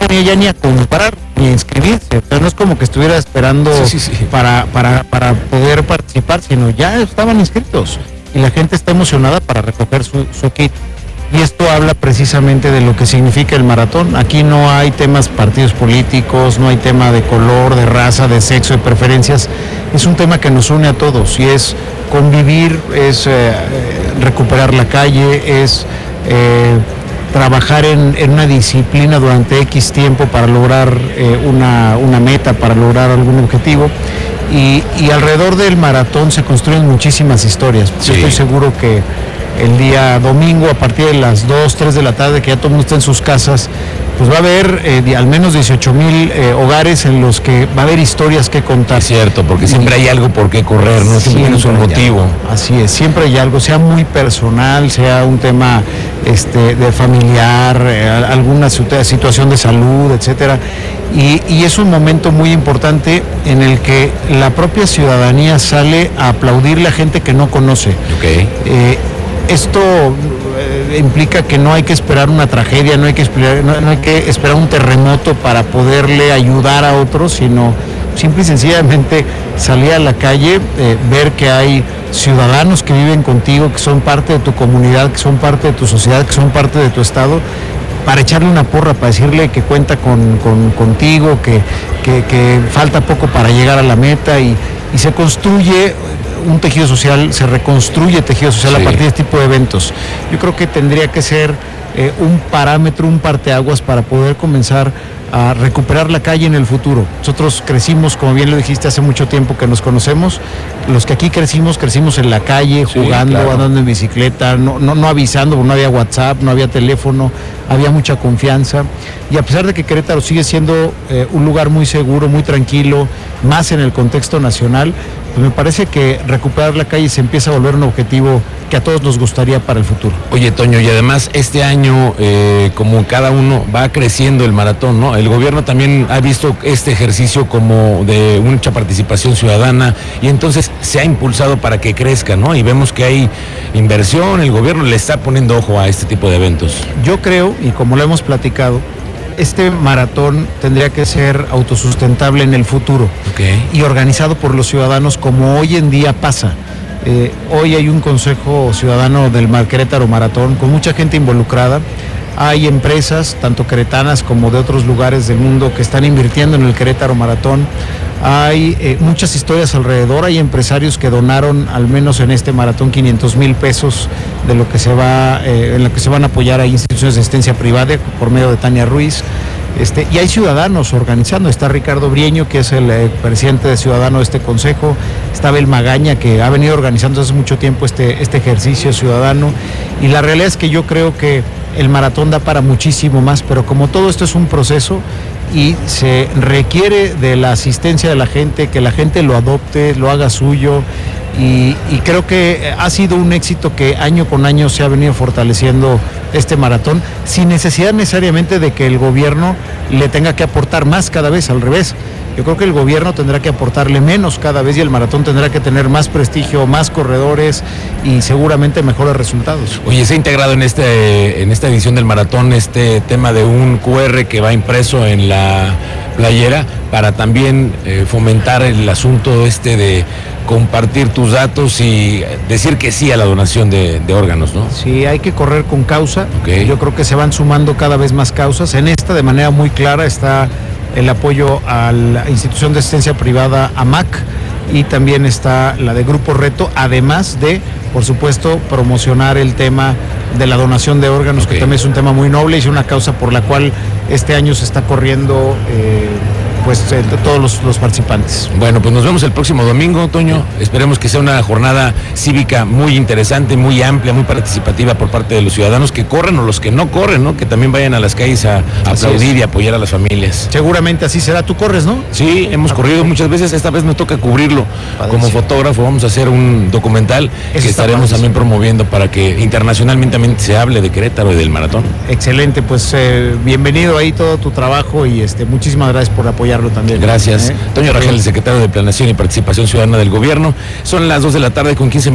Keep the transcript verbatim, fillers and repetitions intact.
venía ya ni a comprar ni a inscribirse, o sea, no es como que estuviera esperando sí, sí, sí. Para, para, para poder participar, sino ya estaban inscritos y la gente está emocionada para recoger su, su kit. Y esto habla precisamente de lo que significa el maratón. Aquí no hay temas partidos políticos, no hay tema de color, de raza, de sexo, de preferencias. Es un tema que nos une a todos y es convivir, es eh, recuperar la calle, es eh, trabajar en, en una disciplina durante X tiempo para lograr eh, una, una meta, para lograr algún objetivo. Y, y alrededor del maratón se construyen muchísimas historias. Sí. Yo estoy seguro que el día domingo a partir de las dos, tres de la tarde, que ya todo el mundo está en sus casas, pues va a haber eh, al menos dieciocho mil eh, hogares en los que va a haber historias que contar. Es cierto, porque siempre hay algo por qué correr, ¿no? Siempre tienes un motivo. Así es, siempre hay algo, sea muy personal, sea un tema este, de familiar, eh, alguna situación de salud, etcétera. Y, y es un momento muy importante en el que la propia ciudadanía sale a aplaudirle a gente que no conoce. Okay. Eh, Esto eh, implica que no hay que esperar una tragedia, no hay que esperar, no, no hay que esperar un terremoto para poderle ayudar a otros, sino simple y sencillamente salir a la calle, eh, ver que hay ciudadanos que viven contigo, que son parte de tu comunidad, que son parte de tu sociedad, que son parte de tu estado, para echarle una porra, para decirle que cuenta con, con, contigo, que, que, que falta poco para llegar a la meta y, y se construye un tejido social, se reconstruye tejido social sí. a partir de este tipo de eventos. Yo creo que tendría que ser eh, un parámetro, un parteaguas para poder comenzar a recuperar la calle en el futuro. Nosotros crecimos, como bien lo dijiste, hace mucho tiempo que nos conocemos. Los que aquí crecimos, crecimos en la calle, sí, jugando, claro. andando en bicicleta, no, no, no avisando, porque no había WhatsApp, no había teléfono, había mucha confianza. Y a pesar de que Querétaro sigue siendo eh, un lugar muy seguro, muy tranquilo, más en el contexto nacional, pues me parece que recuperar la calle se empieza a volver un objetivo que a todos nos gustaría para el futuro. Oye, Toño, y además este año, eh, como cada uno va creciendo el maratón, ¿no? El gobierno también ha visto este ejercicio como de mucha participación ciudadana y entonces se ha impulsado para que crezca, ¿no? Y vemos que hay inversión, el gobierno le está poniendo ojo a este tipo de eventos. Yo creo, y como lo hemos platicado, este maratón tendría que ser autosustentable en el futuro, okay. y organizado por los ciudadanos como hoy en día pasa. Eh, hoy hay un consejo ciudadano del Querétaro Maratón con mucha gente involucrada. Hay empresas, tanto queretanas como de otros lugares del mundo, que están invirtiendo en el Querétaro Maratón. Hay eh, muchas historias alrededor, hay empresarios que donaron al menos en este maratón quinientos mil pesos de lo que se va, eh, en lo que se van a apoyar a instituciones de asistencia privada por medio de Tania Ruiz. Este, y hay ciudadanos organizando, está Ricardo Brieño, que es el eh, presidente de Ciudadano de este consejo, está Abel Magaña, que ha venido organizando hace mucho tiempo este, este ejercicio ciudadano, y la realidad es que yo creo que el maratón da para muchísimo más, pero como todo esto es un proceso y se requiere de la asistencia de la gente, que la gente lo adopte, lo haga suyo, y, y creo que ha sido un éxito que año con año se ha venido fortaleciendo este maratón, sin necesidad necesariamente de que el gobierno le tenga que aportar más cada vez, al revés. Yo creo que el gobierno tendrá que aportarle menos cada vez y el maratón tendrá que tener más prestigio, más corredores y seguramente mejores resultados. Oye, se ha integrado en este en esta edición del maratón este tema de un cu erre que va impreso en la playera para también eh, fomentar el asunto este de compartir tus datos y decir que sí a la donación de, de órganos, ¿no? Sí, hay que correr con causa. Okay. Yo creo que se van sumando cada vez más causas. En esta, de manera muy clara, está el apoyo a la institución de asistencia privada A M A C y también está la de Grupo Reto, además de, por supuesto, promocionar el tema de la donación de órganos, okay. que también es un tema muy noble y es una causa por la cual este año se está corriendo eh, pues eh, todos los, los participantes. Bueno, pues nos vemos el próximo domingo, Toño. Esperemos que sea una jornada cívica muy interesante, muy amplia, muy participativa por parte de los ciudadanos que corren o los que no corren, ¿no? Que también vayan a las calles a, a aplaudir y apoyar a las familias. Seguramente así será. Tú corres, ¿no? Sí, hemos ah, corrido muchas veces. Esta vez me toca cubrirlo. Padre, como fotógrafo. Vamos a hacer un documental Eso que estaremos también promoviendo para que internacionalmente también se hable de Querétaro y del maratón. Excelente, pues eh, bienvenido ahí todo tu trabajo y este muchísimas gracias por apoyarlo también. Gracias. ¿Eh? Toño Rangel, el secretario de Planeación y Participación Ciudadana del Gobierno. Son las dos de la tarde con quince minutos.